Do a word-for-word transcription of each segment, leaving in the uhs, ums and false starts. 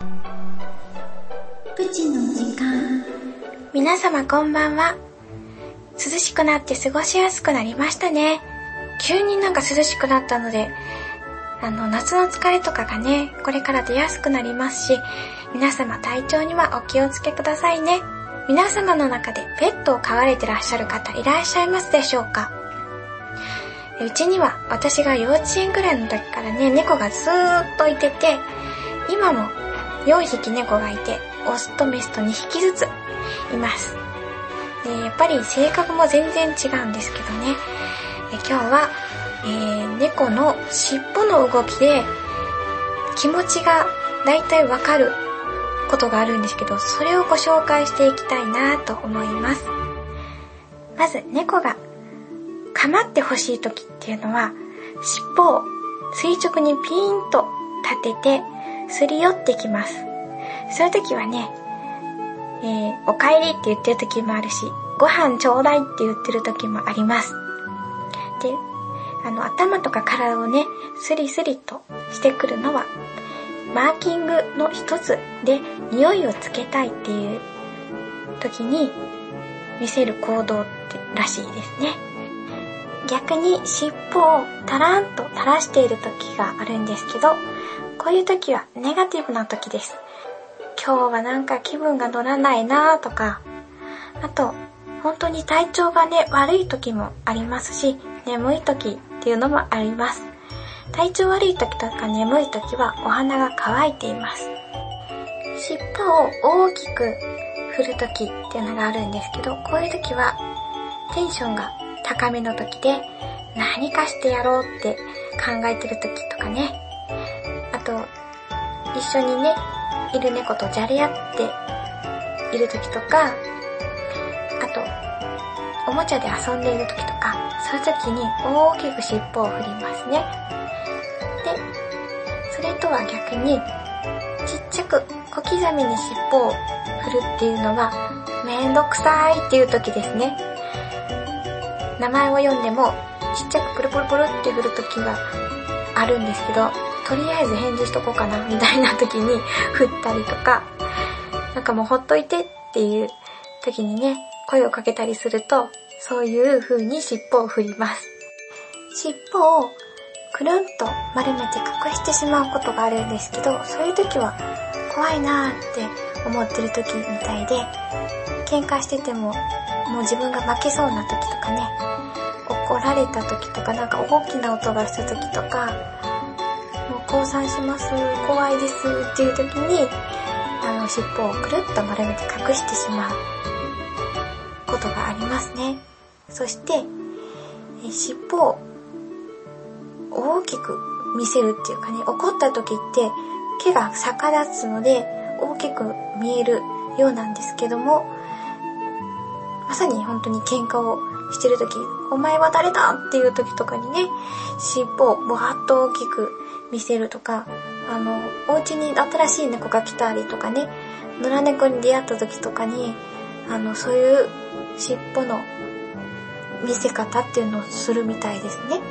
プチの時間。 皆様こんばんは。涼しくなって過ごしやすくなりましたね。急になんか涼しくなったので、あの夏の疲れとかがね、これから出やすくなりますし、皆様体調にはお気をつけくださいね。皆様の中でペットを飼われてらっしゃる方いらっしゃいますでしょうか？うちには私が幼稚園ぐらいの時からね、猫がずーっといてて、今もよんひき猫がいて、オスとメスとにひきずついます。でやっぱり性格も全然違うんですけどね。え今日は、えー、猫の尻尾の動きで気持ちがだいたいわかることがあるんですけど、それをご紹介していきたいなと思います。まず猫が構ってほしい時っていうのは、尻尾を垂直にピーンと立ててすり寄ってきます。そういう時はね、えー、おかえりって言ってる時もあるし、ご飯ちょうだいって言ってる時もあります。で、あの頭とか体をね、スリスリとしてくるのはマーキングの一つで、匂いをつけたいっていう時に見せる行動ってらしいですね。逆に尻尾をタランと垂らしている時があるんですけど、こういう時はネガティブな時です。今日はなんか気分が乗らないなとか、あと本当に体調がね悪い時もありますし、眠い時っていうのもあります。体調悪い時とか眠い時はお鼻が乾いています。尻尾を大きく振る時っていうのがあるんですけど、こういう時はテンションが高めの時で、何かしてやろうって考えてる時とかね、あと一緒にねいる猫とじゃれ合っている時とか、あとおもちゃで遊んでいる時とか、そういう時に大きく尻尾を振りますね。で、それとは逆にちっちゃく小刻みに尻尾を振るっていうのはめんどくさいっていう時ですね。名前を読んでもちっちゃくプルプルプルって振る時があるんですけど、とりあえず返事しとこうかなみたいな時に振ったりとか、なんかもうほっといてっていう時にね声をかけたりすると、そういう風に尻尾を振ります。尻尾をくるんと丸めて隠してしまうことがあるんですけど、そういう時は怖いなーって思ってる時みたいで、喧嘩しててももう自分が負けそうな時とかね、怒られた時とか、なんか大きな音がした時とか、もう降参します、怖いですっていう時に、あの尻尾をくるっと丸めて隠してしまうことがありますね。そしてえ尻尾を大きく見せるっていうかね、怒った時って毛が逆立つので大きく見えるようなんですけども、まさに本当に喧嘩をしてる時、お前は誰だっていう時とかにね、尻尾をぼわっと大きく見せるとか、あのお家に新しい猫が来たりとかね、野良猫に出会った時とかに、あのそういう尻尾の見せ方っていうのをするみたいですね。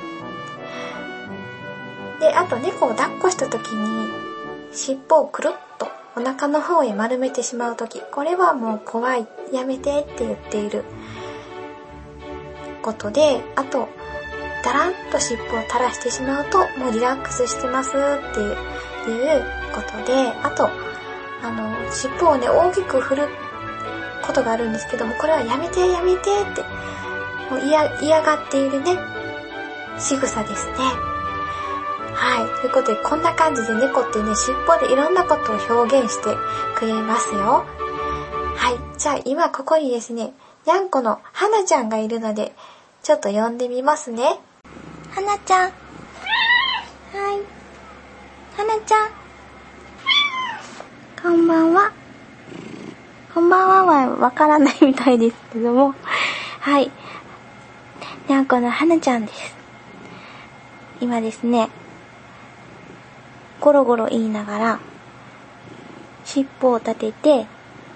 で、あと猫を抱っこした時に尻尾をくるっとお腹の方へ丸めてしまう時、これはもう怖い、やめてって言っていることで、あとだらんと尻尾を垂らしてしまうと、もうリラックスしてますっていう、いうことで、あとあの尻尾をね大きく振ることがあるんですけども、これはやめてやめてってもう嫌、嫌がっているね仕草ですね。はい、ということでこんな感じで猫ってね、尻尾でいろんなことを表現してくれますよ。はい、じゃあ今ここにですね、にゃんこのはなちゃんがいるので、ちょっと呼んでみますね。はなちゃん、はい、はなちゃん、こんばんは。こんばんははわからないみたいですけども、はい、にゃんこのはなちゃんです。今ですね、ゴロゴロ言いながら尻尾を立てて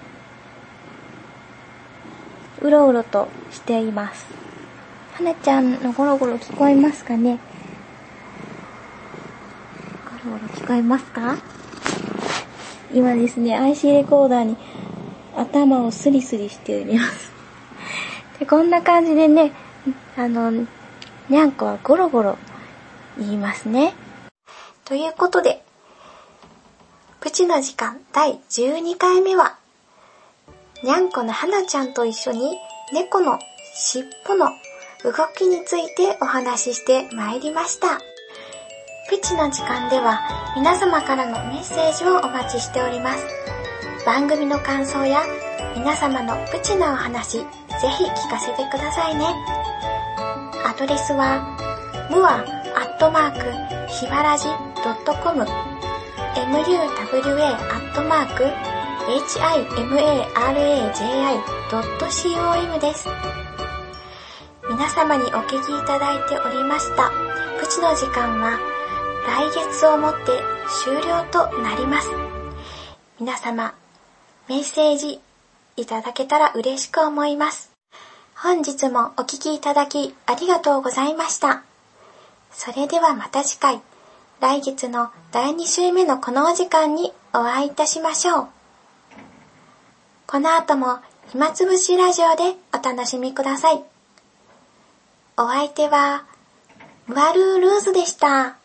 うろうろとしています。はなちゃんのゴロゴロ聞こえますかね？ゴロゴロ聞こえますか？ 今ですね、アイシー レコーダーに頭をスリスリしております。で、こんな感じでね、あの、にゃんこはゴロゴロ言いますね。ということで、プチの時間だいじゅうにかいめは、にゃんこのはなちゃんと一緒に猫の尻尾の動きについてお話ししてまいりました。プチの時間では皆様からのメッセージをお待ちしております。番組の感想や皆様のプチなお話、ぜひ聞かせてくださいね。アドレスはムアアットマークひばらじ .comムア アットマーク エイチアイエムエーアールエージェーアイ ドット コム です。皆様にお聞きいただいておりましたプチの時間は来月をもって終了となります。皆様メッセージいただけたら嬉しく思います。本日もお聞きいただきありがとうございました。それではまた次回、来月のだいに週目のこのお時間にお会いいたしましょう。この後も暇つぶしラジオでお楽しみください。お相手はムアルールーズでした。